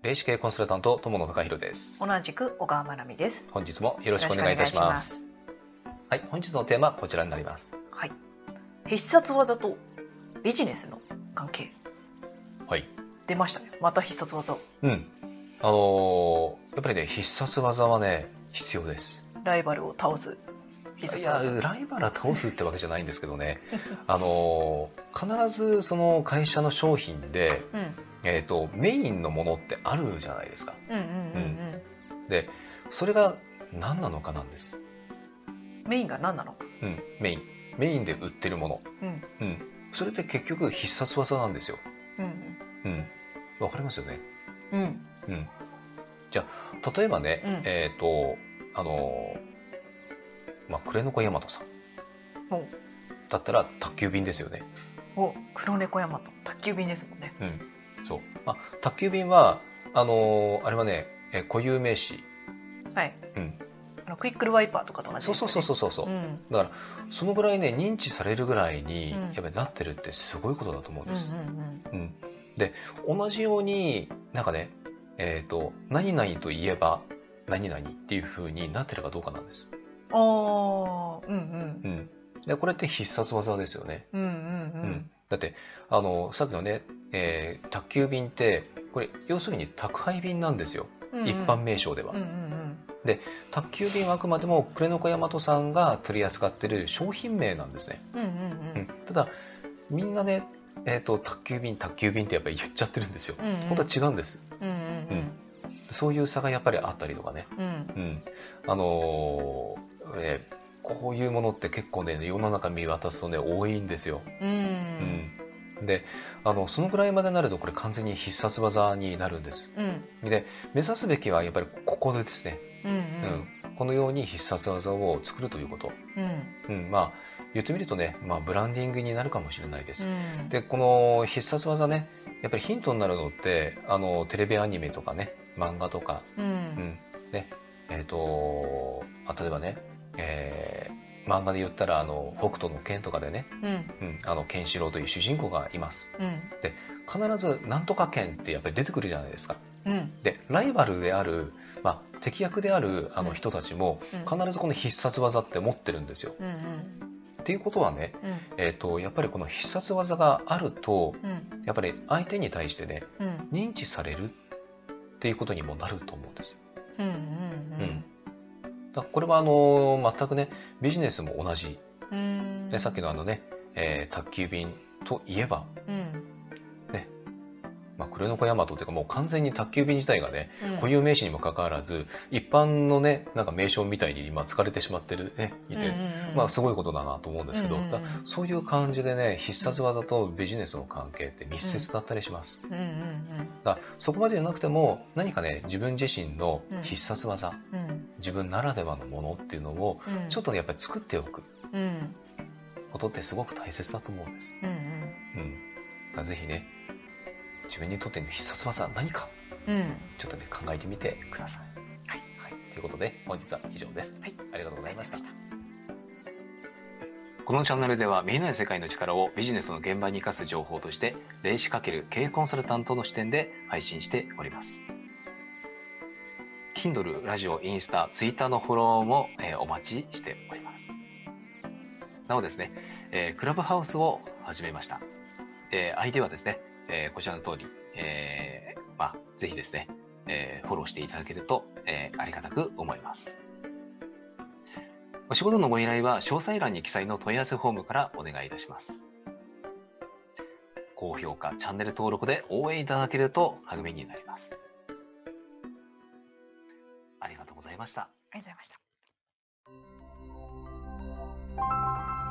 霊視系コンサルタント友野孝弘です。 同じく小川真奈美です。 本日もよろしくお願いいたします。はい、本日のテーマはこちらになります。 はい、必殺技とビジネスの関係。 はい、 出ましたね。また必殺技。 やっぱりね、必殺技はね必要です。 ライバルを倒す必殺技。 いや、ライバルを倒すってわけじゃないんですけどね必ずその会社の商品で、メインのものってあるじゃないですか。で、それが何なのかなんです。 メインが何なのか。 メインで売ってるもの、それって結局必殺技なんですよ。わかりますよね。じゃあ例えばね、暮れの子大和さんだったら宅急便ですよね。 黒猫大和宅急便ですもんね。 そう、宅急便はあれはね、固有名詞。 はい。クイックルワイパーとかと同じですよね。 そう、だからそのぐらいね認知されるぐらいにやっぱりなってるってすごいことだと思うんです。で、同じようになんかね、何々といえば何々っていう風になってるかどうかなんです。でこれって必殺技ですよね。だってさっきのね、宅急便ってこれ要するに宅配便なんですよ、一般名称では。で、宅急便はあくまでも暮れの子大和さんが取り扱っている商品名なんですね。ただみんなね、宅急便ってやっぱり言っちゃってるんですよ。本当は違うんです。そういう差がやっぱりあったりとかね。こういうものって結構ね世の中見渡すとね多いんですよ。でそのぐらいまでなるとこれ完全に必殺技になるんです。で目指すべきはやっぱりここでですね、このように必殺技を作るということ。言ってみるとね、ブランディングになるかもしれないです。でこの必殺技ね、やっぱりヒントになるのってテレビアニメとかね、漫画とか、例えばね、漫画で言ったら北斗の拳とかでね、ケンシロウという主人公がいます。で必ずなんとか拳ってやっぱり出てくるじゃないですか。でライバルである、敵役である人たちも必ずこの必殺技って持ってるんですよ。っていうことはね、やっぱりこの必殺技があると、やっぱり相手に対してね、認知されるっていうことにもなると思うんです。これは全くねビジネスも同じで、さっきの宅急便といえば、暮れの子大和っていうかもう完全に宅急便自体がね、固有名詞にもかかわらず一般のねなんか名称みたいに今使われてしまってるねいて、すごいことだなと思うんですけど、そういう感じでね必殺技とビジネスの関係って密接だったりします。だそこまでじゃなくても何かね自分自身の必殺技、自分ならではのものっていうのをちょっとやっぱり作っておくことってすごく大切だと思うんです。ぜひね自分にとっての必殺技は何か、ちょっとね考えてみてください。ということで本日は以上です。ありがとうございました。このチャンネルでは見えない世界の力をビジネスの現場に生かす情報として霊視×経営コンサルタントの視点で配信しております。Kindle、ラジオ、インスタ、ツイッターのフォローもお待ちしております。なおですね、クラブハウスを始めました。ID はですね、こちらの通り、ぜひですね、フォローしていただけると、ありがたく思います。お仕事のご依頼は詳細欄に記載の問い合わせフォームからお願いいたします。高評価、チャンネル登録で応援いただけると励みになります。ありがとうございました。 ありがとうございました。